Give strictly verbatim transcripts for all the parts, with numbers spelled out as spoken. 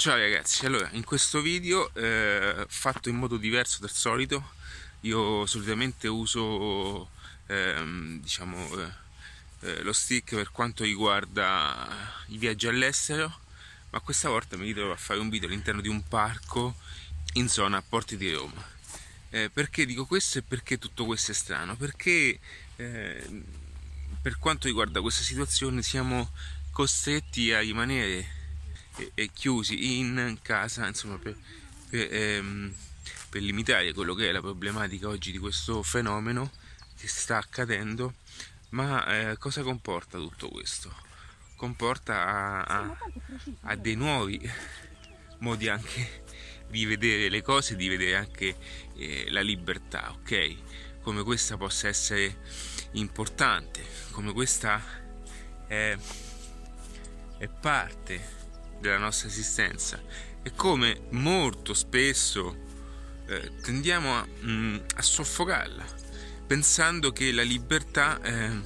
Ciao ragazzi, allora in questo video eh, fatto in modo diverso dal solito. Io solitamente uso ehm, diciamo eh, eh, lo stick per quanto riguarda i viaggi all'estero, ma questa volta mi ritrovo a fare un video all'interno di un parco in zona Porti di Roma. Eh, perché dico questo e perché tutto questo è strano? Perché eh, per quanto riguarda questa situazione siamo costretti a rimanere e chiusi in casa, insomma, per, per, ehm, per limitare quello che è la problematica oggi di questo fenomeno che sta accadendo. Ma eh, cosa comporta tutto questo? Comporta a, a, a dei nuovi modi anche di vedere le cose, di vedere anche eh, la libertà, ok? Come questa possa essere importante, come questa è, è parte della nostra esistenza e come molto spesso eh, tendiamo a, mh, a soffocarla, pensando che la libertà eh,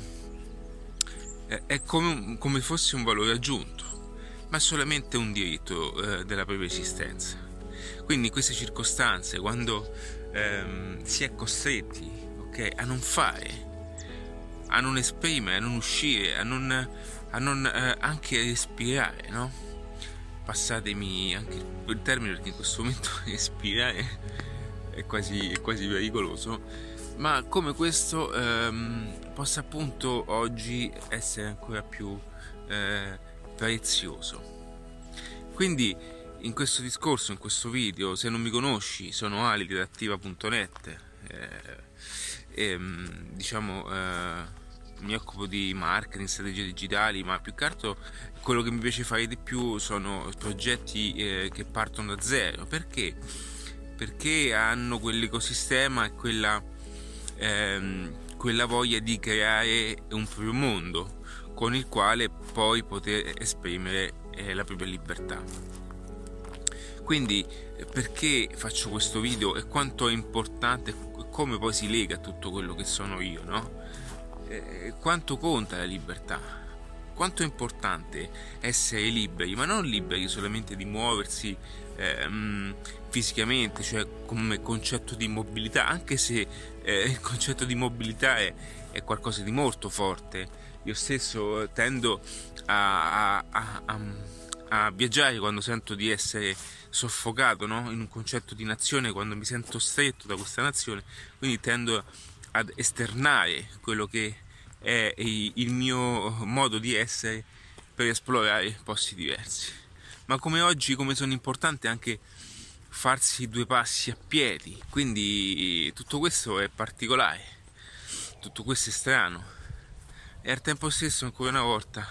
è come, come fosse un valore aggiunto, ma solamente un diritto eh, della propria esistenza. Quindi in queste circostanze, quando ehm, si è costretti, okay, a non fare, a non esprimere, a non uscire, a non, a non eh, anche respirare, no? Passatemi anche il termine, perché in questo momento respirare è quasi, è quasi pericoloso, ma come questo ehm, possa appunto oggi essere ancora più eh, prezioso. Quindi in questo discorso, in questo video, se non mi conosci, sono Ali di adattiva punto net, eh, e diciamo eh, mi occupo di marketing, strategie digitali, ma più che altro quello che mi piace fare di più sono progetti eh, che partono da zero. Perché? Perché hanno quell'ecosistema e quella, ehm, quella voglia di creare un proprio mondo con il quale poi poter esprimere eh, la propria libertà. Quindi perché faccio questo video e quanto è importante, come poi si lega a tutto quello che sono io, no? Eh, quanto conta la libertà, quanto è importante essere liberi, ma non liberi solamente di muoversi ehm, fisicamente, cioè come concetto di mobilità, anche se eh, il concetto di mobilità è, è qualcosa di molto forte. Io stesso tendo a, a, a, a, a viaggiare quando sento di essere soffocato, no? In un concetto di nazione, quando mi sento stretto da questa nazione, quindi tendo ad esternare quello che è il mio modo di essere per esplorare posti diversi. Ma come oggi, come sono importante anche farsi due passi a piedi, quindi tutto questo è particolare, tutto questo è strano e al tempo stesso, ancora una volta,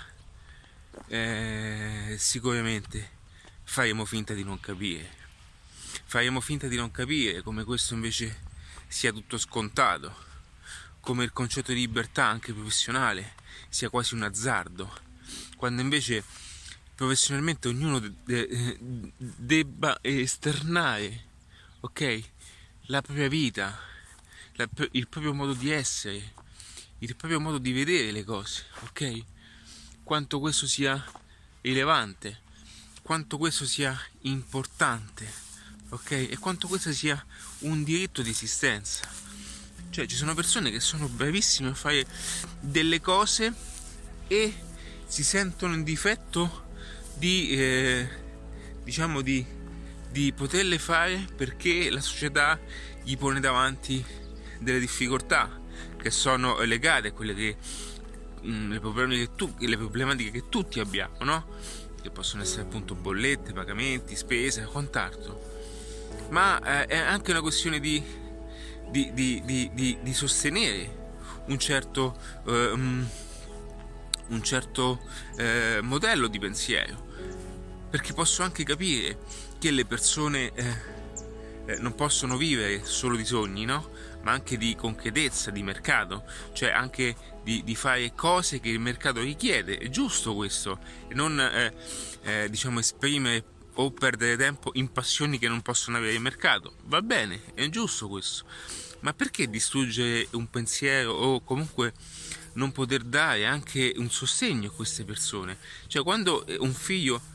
eh, sicuramente faremo finta di non capire, faremo finta di non capire come questo invece sia tutto scontato, come il concetto di libertà anche professionale sia quasi un azzardo, quando invece professionalmente ognuno de- de- debba esternare, ok, la propria vita, la, il proprio modo di essere, il proprio modo di vedere le cose, ok? Quanto questo sia rilevante, quanto questo sia importante, ok? E quanto questo sia un diritto di esistenza. Cioè ci sono persone che sono bravissime a fare delle cose e si sentono in difetto di eh, diciamo di, di poterle fare perché la società gli pone davanti delle difficoltà che sono legate a quelle che mh, le, problematiche che tu, le problematiche che tutti abbiamo, no? Che possono essere appunto bollette, pagamenti, spese, quant'altro. Ma eh, è anche una questione di Di, di, di, di, di sostenere un certo, eh, un certo eh, modello di pensiero, perché posso anche capire che le persone eh, eh, non possono vivere solo di sogni, no? Ma anche di concretezza, di mercato, cioè anche di, di fare cose che il mercato richiede. È giusto questo, e non eh, eh, diciamo esprimere o perdere tempo in passioni che non possono avere il mercato. Va bene, è giusto questo, ma perché distruggere un pensiero o comunque non poter dare anche un sostegno a queste persone? Cioè quando un figlio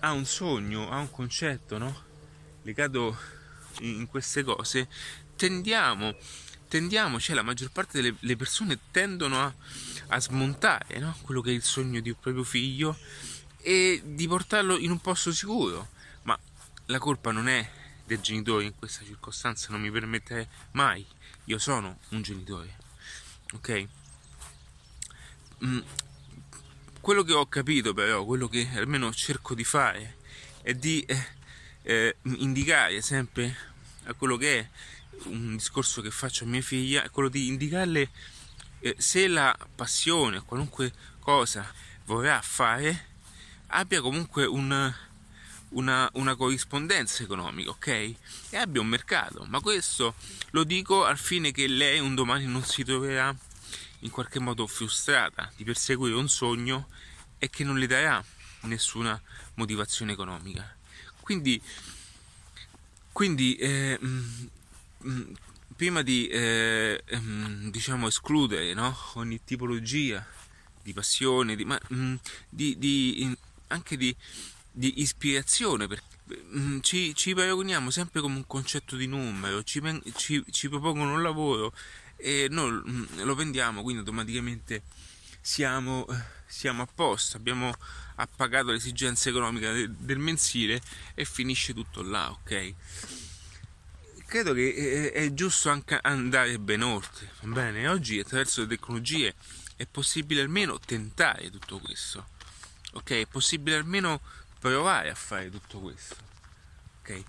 ha un sogno, ha un concetto, no? Legato in queste cose, tendiamo, tendiamo, cioè la maggior parte delle, delle persone tendono a, a smontare, no? Quello che è il sogno di un proprio figlio e di portarlo in un posto sicuro. Ma la colpa non è del genitore in questa circostanza, non mi permetterei mai. Io sono un genitore, ok? Mm, quello che ho capito però, quello che almeno cerco di fare è di eh, eh, indicare sempre a quello che è un discorso che faccio a mia figlia, è quello di indicarle eh, se la passione, qualunque cosa vorrà fare, abbia comunque un, una, una corrispondenza economica, ok? E abbia un mercato. Ma questo lo dico al fine che lei un domani non si troverà in qualche modo frustrata di perseguire un sogno e che non le darà nessuna motivazione economica. Quindi, quindi eh, mh, mh, prima di eh, mh, diciamo escludere, no? Ogni tipologia di passione, di, ma, mh, di, di, anche di, di ispirazione, perché mh, ci, ci paragoniamo sempre come un concetto di numero, ci, ci, ci propongono un lavoro e noi mh, lo vendiamo, quindi automaticamente siamo, siamo a posto, abbiamo appagato l'esigenza economica del, del mensile e finisce tutto là, ok? Credo che è, è giusto anche andare ben oltre, va bene? Oggi attraverso le tecnologie è possibile almeno tentare tutto questo, ok? È possibile almeno provare a fare tutto questo, ok?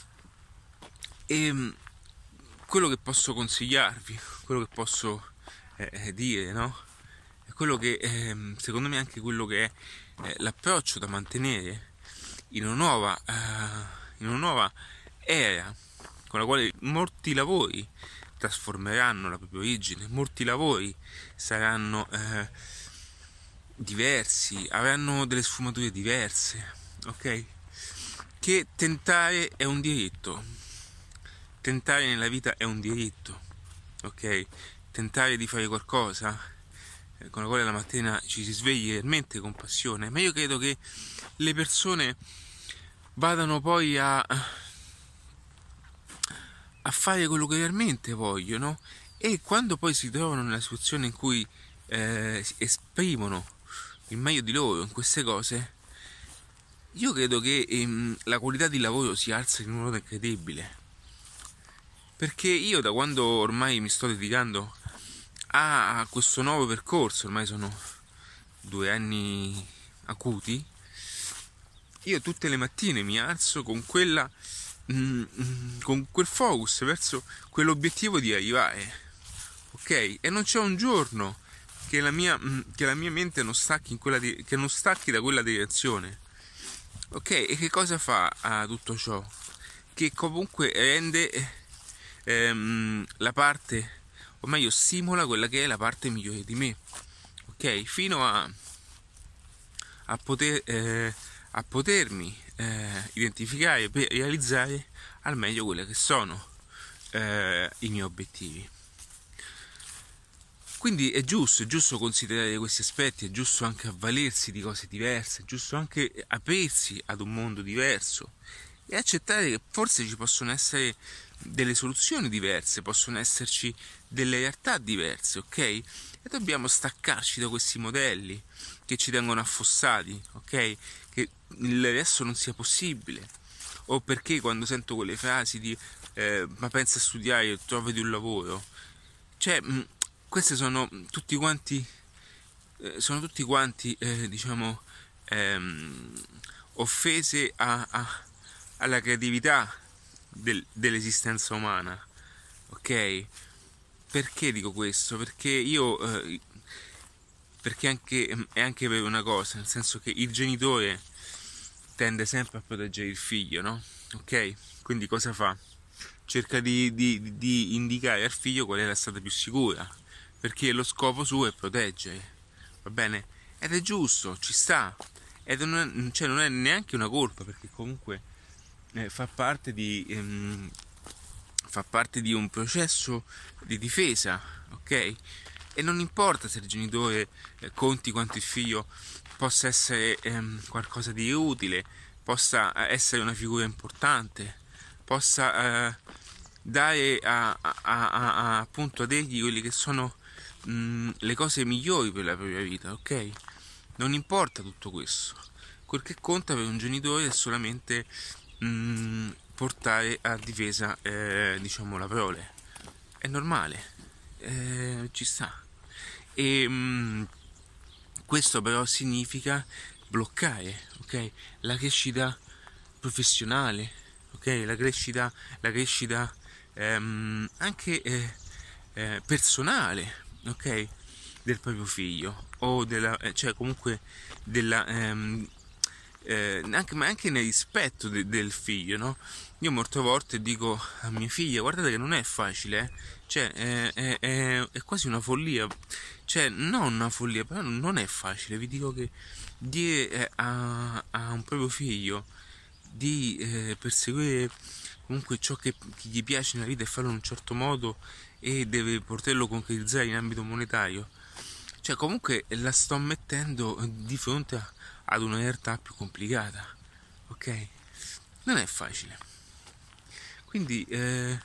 E quello che posso consigliarvi, quello che posso eh, dire, no? È quello che eh, secondo me anche quello che è eh, l'approccio da mantenere in una nuova eh, in una nuova era con la quale molti lavori trasformeranno la propria origine, molti lavori saranno eh, diversi, avranno delle sfumature diverse, ok? Che tentare è un diritto, tentare nella vita è un diritto, ok? Tentare di fare qualcosa eh, con la quale la mattina ci si svegli realmente con passione, ma io credo che le persone vadano poi a a fare quello che realmente vogliono e quando poi si trovano nella situazione in cui eh, esprimono il meglio di loro in queste cose, io credo che ehm, la qualità di lavoro si alza in un modo incredibile, perché io da quando ormai mi sto dedicando a questo nuovo percorso, ormai sono due anni acuti, io tutte le mattine mi alzo con quella con quel focus verso quell'obiettivo di arrivare, ok? E non c'è un giorno che la mia, che la mia mente non stacchi in quella di, che non stacchi da quella direzione, ok? E che cosa fa a tutto ciò? Che comunque rende ehm, la parte, o meglio stimola quella che è la parte migliore di me, ok? Fino a a poter eh, a potermi eh, identificare per realizzare al meglio quelli che sono eh, i miei obiettivi. Quindi è giusto, è giusto considerare questi aspetti, è giusto anche avvalersi di cose diverse, è giusto anche aprirsi ad un mondo diverso e accettare che forse ci possono essere delle soluzioni diverse, possono esserci delle realtà diverse, ok? E dobbiamo staccarci da questi modelli che ci tengono affossati, ok? Che il resto non sia possibile. O perché quando sento quelle frasi di eh, ma pensa a studiare, trovati un lavoro, cioè mh, queste sono tutti quanti eh, sono tutti quanti eh, diciamo ehm, offese a, a, alla creatività del, dell'esistenza umana, ok? Perché dico questo? Perché io eh, perché anche, è anche per una cosa, nel senso che il genitore tende sempre a proteggere il figlio, no? Ok? Quindi cosa fa? Cerca di, di, di indicare al figlio qual è la strada più sicura, perché lo scopo suo è proteggere, va bene? Ed è giusto, ci sta, ed non è, cioè non è neanche una colpa, perché comunque eh, fa parte di ehm, fa parte di un processo di difesa, ok? E non importa se il genitore eh, conti quanto il figlio possa essere ehm, qualcosa di utile, possa essere una figura importante, possa eh, dare a, a, a, a, appunto ad egli quelli che sono mh, le cose migliori per la propria vita, ok? Non importa tutto questo, quel che conta per un genitore è solamente mh, portare a difesa eh, diciamo la prole, è normale, eh, ci sta. E mh, questo però significa bloccare, ok? La crescita professionale, ok? La crescita, la crescita ehm, anche eh, eh, personale, ok? Del proprio figlio o della, eh, cioè comunque della ehm, eh, anche, ma anche nel rispetto de, del figlio, no? Io molte volte dico a mia figlia: guardate che non è facile, eh? Cioè è, è, è, è quasi una follia, cioè non una follia, però non è facile. Vi dico che dire a, a un proprio figlio di eh, perseguire comunque ciò che, che gli piace nella vita e farlo in un certo modo e deve poterlo concretizzare in ambito monetario, cioè comunque la sto mettendo di fronte a, ad una realtà più complicata, ok? Non è facile. Quindi eh,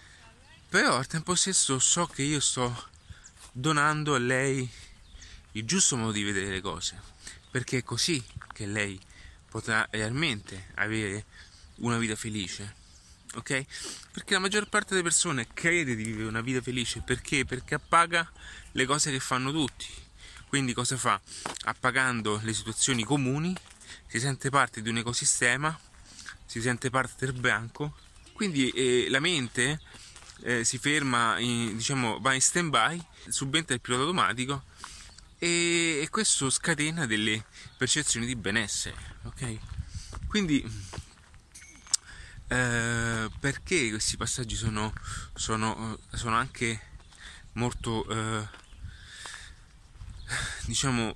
però al tempo stesso so che io sto donando a lei il giusto modo di vedere le cose, perché è così che lei potrà realmente avere una vita felice, ok? Perché la maggior parte delle persone crede di vivere una vita felice perché? Perché appaga le cose che fanno tutti. Quindi cosa fa? Appagando le situazioni comuni si sente parte di un ecosistema, si sente parte del branco, quindi eh, la mente eh, si ferma, in, diciamo, va in stand by, subentra il pilota automatico e, e questo scatena delle percezioni di benessere, ok? Quindi eh, perché questi passaggi sono, sono, sono anche molto eh, diciamo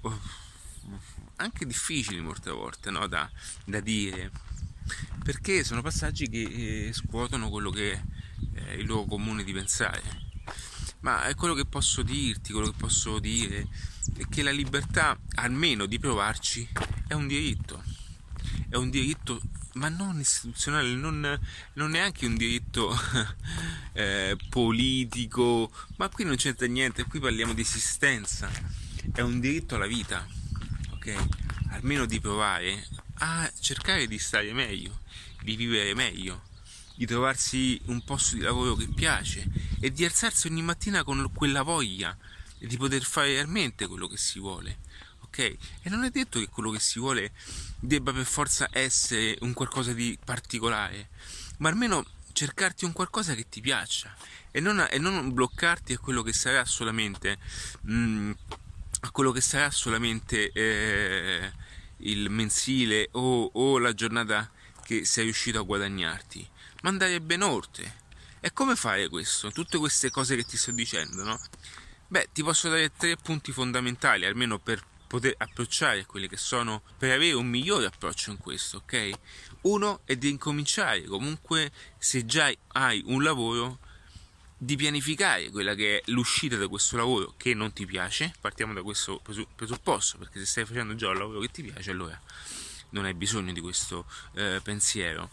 anche difficili molte volte, no? da, da dire, perché sono passaggi che eh, scuotono quello che è il luogo comune di pensare. Ma è quello che posso dirti, quello che posso dire è che la libertà, almeno di provarci, è un diritto, è un diritto, ma non istituzionale, non, non neanche un diritto eh, politico, ma qui non c'entra niente, qui parliamo di esistenza, è un diritto alla vita, ok? Almeno di provare a cercare di stare meglio, di vivere meglio, di trovarsi un posto di lavoro che piace e di alzarsi ogni mattina con quella voglia di poter fare realmente quello che si vuole, ok? E non è detto che quello che si vuole debba per forza essere un qualcosa di particolare, ma almeno cercarti un qualcosa che ti piaccia e non, a, e non bloccarti a quello che sarà solamente mh, a quello che sarà solamente eh, il mensile o, o la giornata che sei riuscito a guadagnarti, ma andare ben oltre. E come fare questo? Tutte queste cose che ti sto dicendo, no? Beh, ti posso dare tre punti fondamentali, almeno per poter approcciare quelli che sono, per avere un migliore approccio in questo, ok? Uno è di incominciare, comunque, se già hai un lavoro, di pianificare quella che è l'uscita da questo lavoro che non ti piace. Partiamo da questo presupposto, perché se stai facendo già un lavoro che ti piace, allora non hai bisogno di questo eh, pensiero.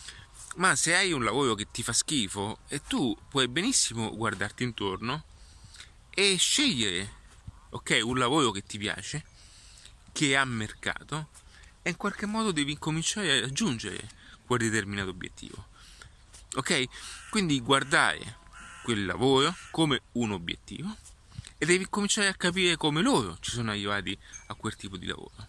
Ma se hai un lavoro che ti fa schifo, e tu puoi benissimo guardarti intorno e scegliere, ok, un lavoro che ti piace, che ha mercato, e in qualche modo devi incominciare a raggiungere quel determinato obiettivo, ok? Quindi guardare quel lavoro come un obiettivo e devi cominciare a capire come loro ci sono arrivati a quel tipo di lavoro.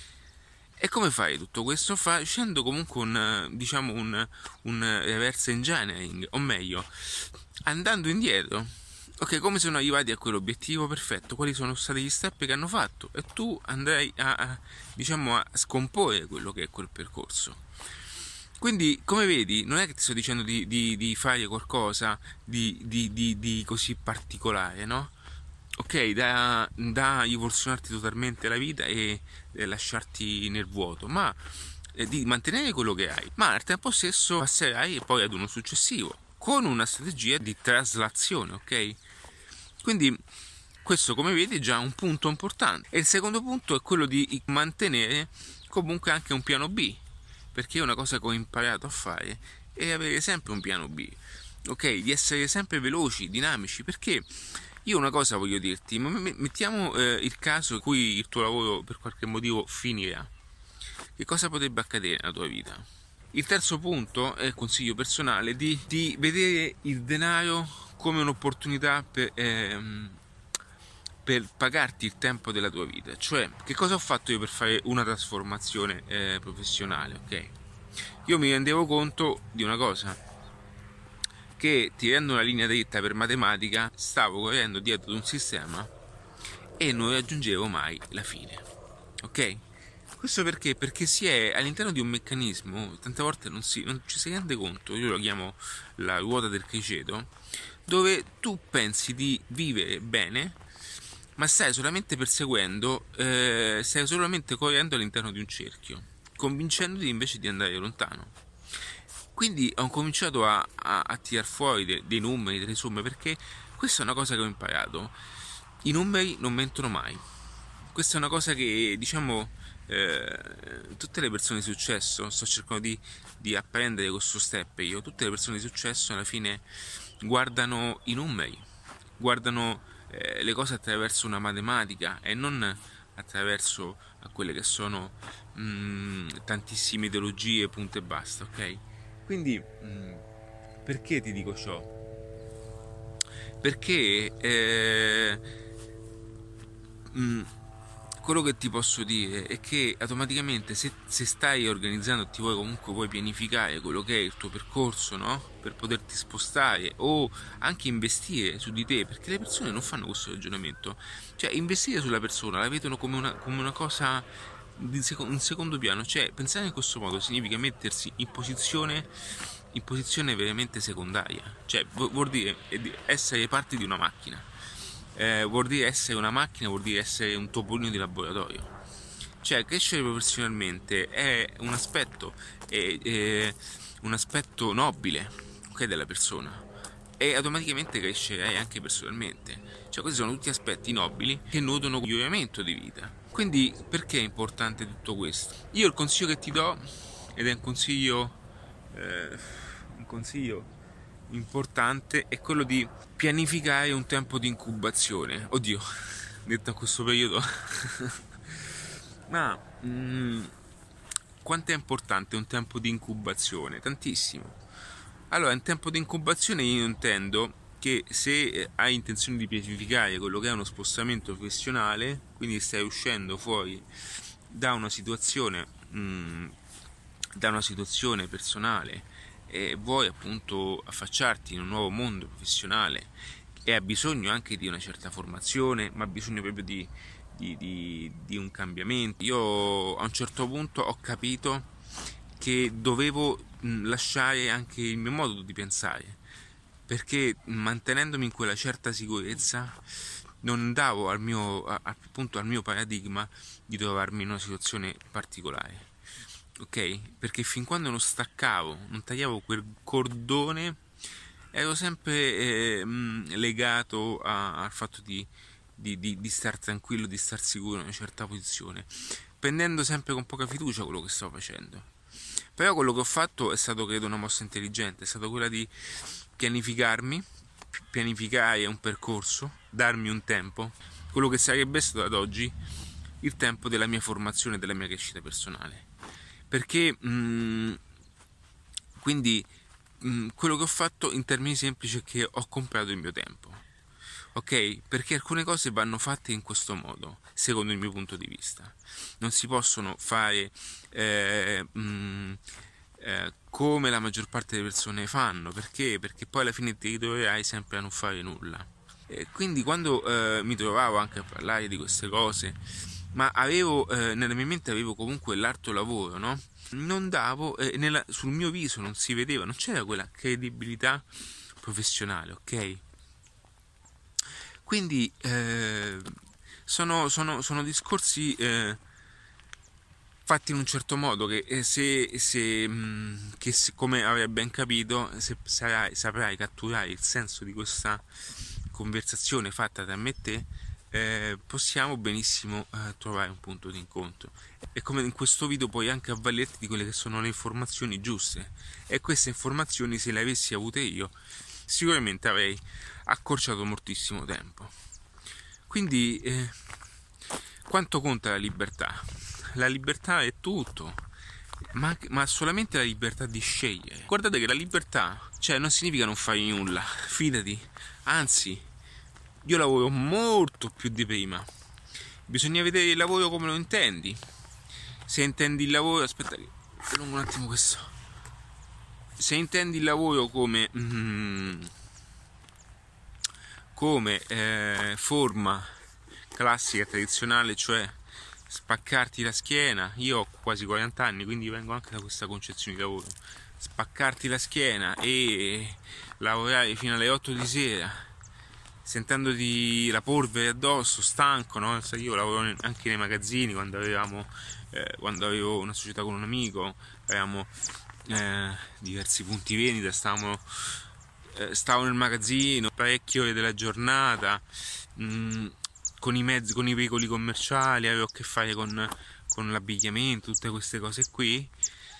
E come fai tutto questo? Facendo comunque un, diciamo un, un reverse engineering, o meglio, andando indietro. Ok, come sono arrivati a quell'obiettivo? Perfetto, quali sono stati gli step che hanno fatto? E tu andrai a, a diciamo a scomporre quello che è quel percorso. Quindi, come vedi, non è che ti sto dicendo di, di, di fare qualcosa di, di, di, di così particolare, no? Ok, da, da rivoluzionarti totalmente la vita e, e lasciarti nel vuoto, ma eh, di mantenere quello che hai, ma al tempo stesso passerai poi ad uno successivo, con una strategia di traslazione, ok? Quindi questo, come vedi, è già un punto importante. E il secondo punto è quello di mantenere comunque anche un piano B, perché è una cosa che ho imparato a fare, è avere sempre un piano B, ok? Di essere sempre veloci, dinamici, perché io una cosa voglio dirti, mettiamo eh, il caso in cui il tuo lavoro per qualche motivo finirà. Che cosa potrebbe accadere nella tua vita? Il terzo punto è il consiglio personale di, di vedere il denaro come un'opportunità per, ehm, per pagarti il tempo della tua vita. Cioè, che cosa ho fatto io per fare una trasformazione eh, professionale, ok? Io mi rendevo conto di una cosa, che tirando una linea dritta per matematica stavo correndo dietro ad un sistema e non raggiungevo mai la fine, ok? Questo perché? Perché si è all'interno di un meccanismo, tante volte non, si, non ci si rende conto, io lo chiamo la ruota del criceto, dove tu pensi di vivere bene, ma stai solamente perseguendo, eh, stai solamente correndo all'interno di un cerchio, convincendoti invece di andare lontano. Quindi ho cominciato a, a, a tirar fuori de, dei numeri, delle somme, perché questa è una cosa che ho imparato. I numeri non mentono mai. Questa è una cosa che, diciamo, eh, tutte le persone di successo, sto cercando di, di apprendere questo step io, tutte le persone di successo alla fine guardano i numeri, guardano eh, le cose attraverso una matematica e non attraverso a quelle che sono mh, tantissime ideologie, punto e basta, ok? Quindi, mh, perché ti dico ciò? Perché eh, mh, quello che ti posso dire è che automaticamente se, se stai organizzando, ti vuoi comunque vuoi pianificare quello che è il tuo percorso, no? Per poterti spostare o anche investire su di te, perché le persone non fanno questo ragionamento, cioè investire sulla persona la vedono come una, come una cosa in secondo piano, cioè pensare in questo modo significa mettersi in posizione in posizione veramente secondaria, cioè vuol dire essere parte di una macchina, eh, vuol dire essere una macchina, vuol dire essere un topolino di laboratorio, cioè crescere professionalmente è un aspetto è, è un aspetto nobile, okay, della persona, e automaticamente crescerai anche personalmente, cioè questi sono tutti aspetti nobili che nutrono un miglioramento di vita. Quindi perché è importante tutto questo? Io il consiglio che ti do, ed è un consiglio eh, un consiglio importante, è quello di pianificare un tempo di incubazione. Oddio, detto a questo periodo ma mm, quanto è importante un tempo di incubazione? Tantissimo. Allora, in tempo di incubazione io intendo che se hai intenzione di pianificare quello che è uno spostamento professionale, quindi stai uscendo fuori da una situazione mh, da una situazione personale e vuoi appunto affacciarti in un nuovo mondo professionale e ha bisogno anche di una certa formazione, ma ha bisogno proprio di, di, di, di un cambiamento. Io a un certo punto ho capito che dovevo lasciare anche il mio modo di pensare, perché mantenendomi in quella certa sicurezza non davo al mio, appunto, al mio paradigma di trovarmi in una situazione particolare, ok? Perché fin quando non staccavo, non tagliavo quel cordone, ero sempre eh, legato a, al fatto di, di, di, di star tranquillo, di star sicuro in una certa posizione, prendendo sempre con poca fiducia quello che stavo facendo. Però quello che ho fatto è stato, credo, una mossa intelligente, è stato quella di pianificarmi, pianificare un percorso, darmi un tempo, quello che sarebbe stato ad oggi il tempo della mia formazione, della mia crescita personale. Perché mh, quindi mh, quello che ho fatto in termini semplici è che ho comprato il mio tempo, ok? Perché alcune cose vanno fatte in questo modo, secondo il mio punto di vista. Non si possono fare eh, mh, eh, come la maggior parte delle persone fanno. Perché? Perché poi alla fine ti ritroverai sempre a non fare nulla. E quindi quando eh, mi trovavo anche a parlare di queste cose, ma avevo eh, nella mia mente avevo comunque l'altro lavoro, no? Non davo, eh, nella, sul mio viso non si vedeva, non c'era quella credibilità professionale, ok? Quindi eh, sono, sono, sono discorsi eh, fatti in un certo modo che eh, se, se, mh, che se, come avrai ben capito, se sarai, saprai catturare il senso di questa conversazione fatta tra me e te, eh, possiamo benissimo eh, trovare un punto di incontro. E come in questo video puoi anche avvalerti di quelle che sono le informazioni giuste, e queste informazioni, se le avessi avute io, sicuramente avrei accorciato moltissimo tempo. Quindi eh, quanto conta la libertà? La libertà è tutto, ma, ma solamente la libertà di scegliere. Guardate che la libertà, cioè, non significa non fare nulla, fidati, anzi, io lavoro molto più di prima. Bisogna vedere il lavoro come lo intendi. Se intendi il lavoro, aspetta che allungo un attimo questo. Se intendi il lavoro come mm, come eh, forma classica e tradizionale, cioè spaccarti la schiena, io ho quasi quaranta anni, quindi vengo anche da questa concezione di lavoro, spaccarti la schiena e lavorare fino alle otto di sera sentendoti la polvere addosso, stanco, no? Io lavoro anche nei magazzini, quando avevamo eh, quando avevo una società con un amico, avevamo eh, diversi punti vendita, stavamo eh, stavo nel magazzino parecchie ore della giornata, mh, con i mezzi, con i veicoli commerciali, avevo a che fare con, con l'abbigliamento, tutte queste cose qui,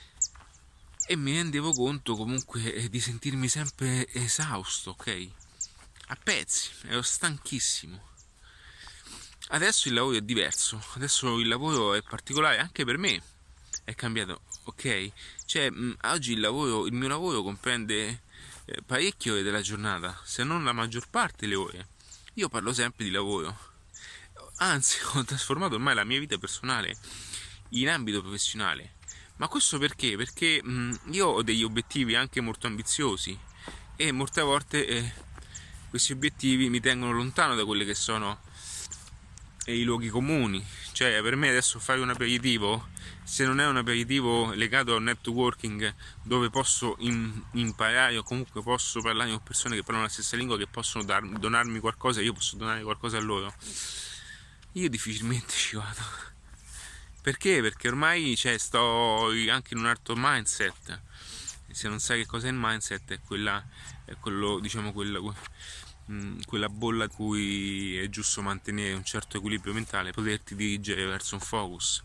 e mi rendevo conto comunque di sentirmi sempre esausto, ok? A pezzi, ero stanchissimo. Adesso il lavoro è diverso, adesso il lavoro è particolare anche per me, è cambiato, ok? Cioè, mh, oggi il lavoro, il mio lavoro comprende eh, parecchie ore della giornata, se non la maggior parte delle ore. Io parlo sempre di lavoro, anzi ho trasformato ormai la mia vita personale in ambito professionale. Ma questo perché? Perché mh, io ho degli obiettivi anche molto ambiziosi, e molte volte eh, questi obiettivi mi tengono lontano da quelli che sono eh, i luoghi comuni. Cioè, per me adesso fare un aperitivo, se non è un aperitivo legato al networking, dove posso in, imparare, o comunque posso parlare con persone che parlano la stessa lingua, che possono dar, donarmi qualcosa e io posso donare qualcosa a loro, io difficilmente ci vado. Perché? Perché ormai cioè, sto anche in un altro mindset. Se non sai che cos'è il mindset, è quella, è quello, diciamo, quella, quella bolla in cui è giusto mantenere un certo equilibrio mentale, poterti dirigere verso un focus.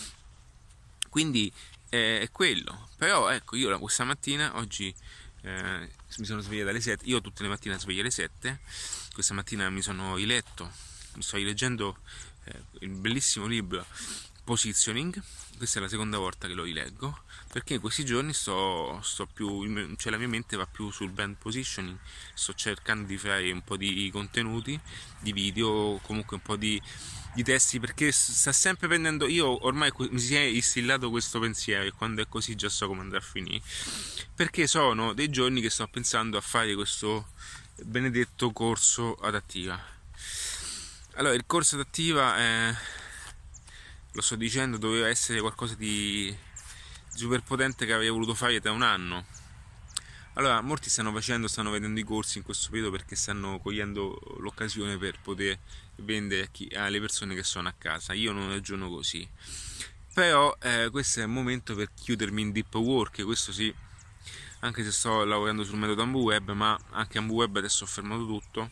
Quindi eh, è quello. Però ecco, io questa mattina, oggi eh, mi sono svegliato alle sette, io tutte le mattine sveglio alle sette, questa mattina mi sono riletto, mi sto rileggendo eh, il bellissimo libro Positioning. Questa è la seconda volta che lo rileggo, perché in questi giorni sto, sto più, cioè la mia mente va più sul brand positioning, sto cercando di fare un po' di contenuti, di video, comunque un po' di, di testi, perché sta sempre prendendo, io ormai mi si è instillato questo pensiero, e quando è così già so come andrà a finire, perché sono dei giorni che sto pensando a fare questo benedetto corso adattiva. Allora, il corso adattiva è, lo sto dicendo, doveva essere qualcosa di super potente che avrei voluto fare da un anno. Allora, molti stanno facendo, stanno vedendo i corsi in questo periodo perché stanno cogliendo l'occasione per poter vendere a chi, alle persone che sono a casa. Io non ragiono così. Però eh, questo è il momento per chiudermi in deep work, questo sì, anche se sto lavorando sul metodo AmbuWeb, ma anche AmbuWeb adesso ho fermato tutto.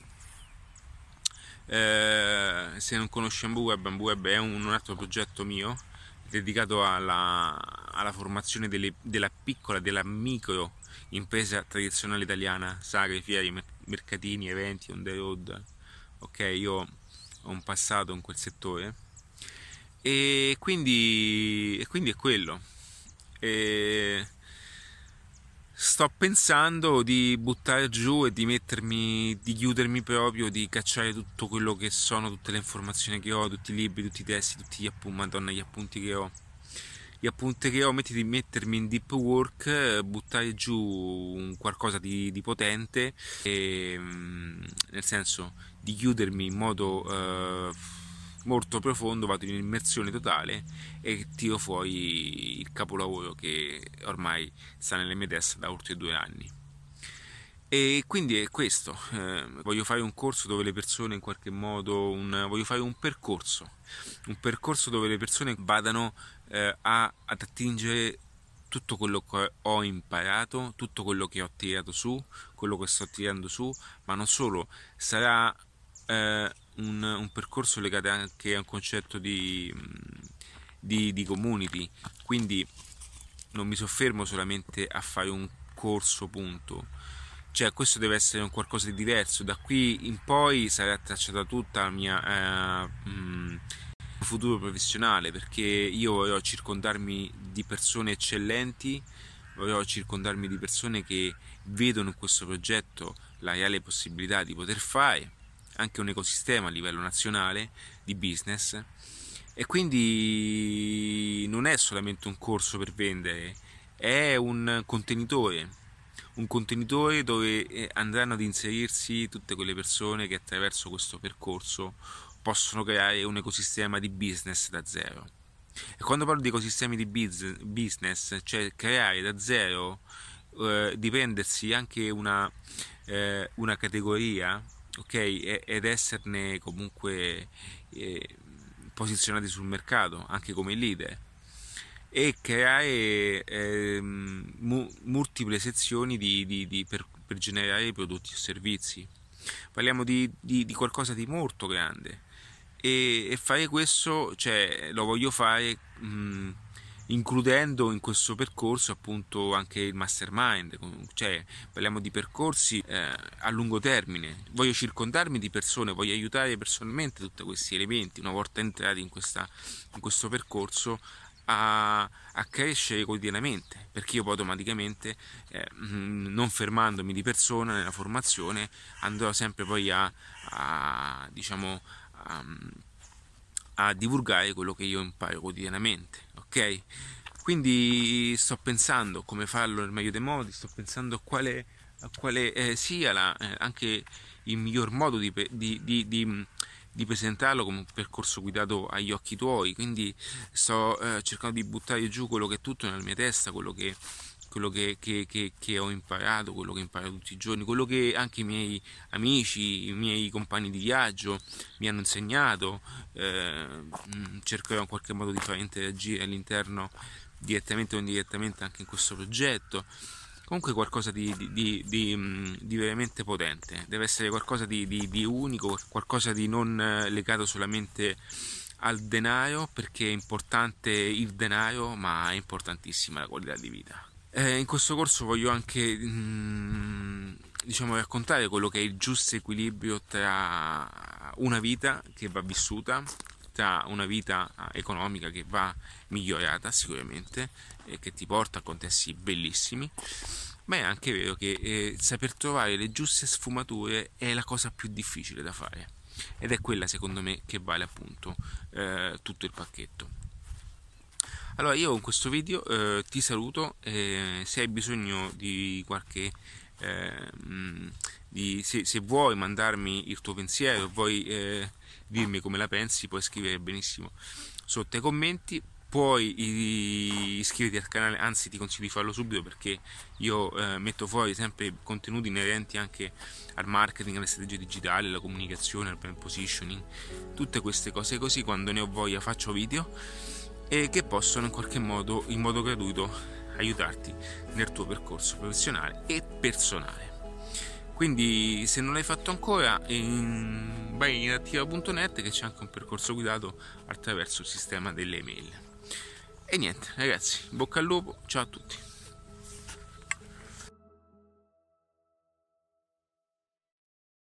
Eh, se non conosci AmbuWeb, AmbuWeb è un, un altro progetto mio dedicato alla, alla formazione delle, della piccola, della micro impresa tradizionale italiana, sagre, fiere, mercatini, eventi, on the road. Ok, io ho un passato in quel settore, e quindi, e quindi è quello. E sto pensando di buttare giù e di mettermi, di chiudermi proprio, di cacciare tutto quello che sono, tutte le informazioni che ho, tutti i libri, tutti i testi, tutti gli appunti, madonna, gli appunti che ho. Gli appunti che ho, metti di mettermi in deep work, buttare giù un qualcosa di, di potente, e, nel senso di chiudermi in modo eh, molto profondo, vado in immersione totale e tiro fuori il capolavoro che ormai sta nelle mie teste da oltre due anni. E quindi è questo, eh, voglio fare un corso dove le persone in qualche modo, un, voglio fare un percorso, un percorso dove le persone vadano eh, a, ad attingere tutto quello che ho imparato, tutto quello che ho tirato su, quello che sto tirando su, ma non solo, sarà eh, un, un percorso legato anche a un concetto di, di, di community, quindi non mi soffermo solamente a fare un corso, punto. Cioè, questo deve essere un qualcosa di diverso. Da qui in poi sarà tracciata tutta la mia eh, mh, futuro professionale, perché io voglio circondarmi di persone eccellenti, voglio circondarmi di persone che vedono in questo progetto la reale possibilità di poter fare anche un ecosistema a livello nazionale di business, e quindi non è solamente un corso per vendere, è un contenitore un contenitore dove andranno ad inserirsi tutte quelle persone che attraverso questo percorso possono creare un ecosistema di business da zero. E quando parlo di ecosistemi di business, cioè creare da zero, eh, di prendersi anche una, eh, una categoria, ok, ed esserne comunque eh, posizionati sul mercato anche come leader, e creare eh, mu- multiple sezioni di, di, di, per, per generare prodotti o servizi. Parliamo di, di, di qualcosa di molto grande, e, e fare questo, cioè, lo voglio fare mh, includendo in questo percorso appunto anche il mastermind, cioè parliamo di percorsi eh, a lungo termine. Voglio circondarmi di persone, voglio aiutare personalmente tutti questi elementi una volta entrati in, questa, in questo percorso a, a crescere quotidianamente, perché io poi automaticamente eh, non fermandomi di persona nella formazione andrò sempre poi a, a diciamo a, a divulgare quello che io imparo quotidianamente, ok? Quindi sto pensando come farlo nel meglio dei modi, sto pensando a quale, a quale eh, sia la, eh, anche il miglior modo di, di, di, di di presentarlo come un percorso guidato agli occhi tuoi. Quindi sto eh, cercando di buttare giù quello che è tutto nella mia testa, quello che quello che, che, che, che ho imparato, quello che imparo tutti i giorni, quello che anche i miei amici, i miei compagni di viaggio mi hanno insegnato. Eh, cercherò in qualche modo di far interagire all'interno, direttamente o indirettamente, anche in questo progetto. Comunque qualcosa di, di, di, di, di veramente potente, deve essere qualcosa di, di, di unico, qualcosa di non legato solamente al denaro, perché è importante il denaro, ma è importantissima la qualità di vita. Eh, in questo corso voglio anche mh, diciamo raccontare quello che è il giusto equilibrio tra una vita che va vissuta, tra una vita economica che va migliorata sicuramente e che ti porta a contesti bellissimi, ma è anche vero che eh, saper trovare le giuste sfumature è la cosa più difficile da fare, ed è quella secondo me che vale appunto eh, tutto il pacchetto. Allora io con questo video eh, ti saluto, eh, se hai bisogno di qualche eh, di, se, se vuoi mandarmi il tuo pensiero, vuoi eh, dirmi come la pensi, puoi scrivere benissimo sotto ai commenti. Puoi iscriverti al canale, anzi ti consiglio di farlo subito, perché io eh, metto fuori sempre contenuti inerenti anche al marketing, alle strategie digitali, alla comunicazione, al brand positioning, tutte queste cose così. Quando ne ho voglia faccio video e che possono in qualche modo, in modo gratuito, aiutarti nel tuo percorso professionale e personale. Quindi se non l'hai fatto ancora, in, vai in attiva punto net, che c'è anche un percorso guidato attraverso il sistema delle email. E niente ragazzi, bocca al lupo, ciao a tutti.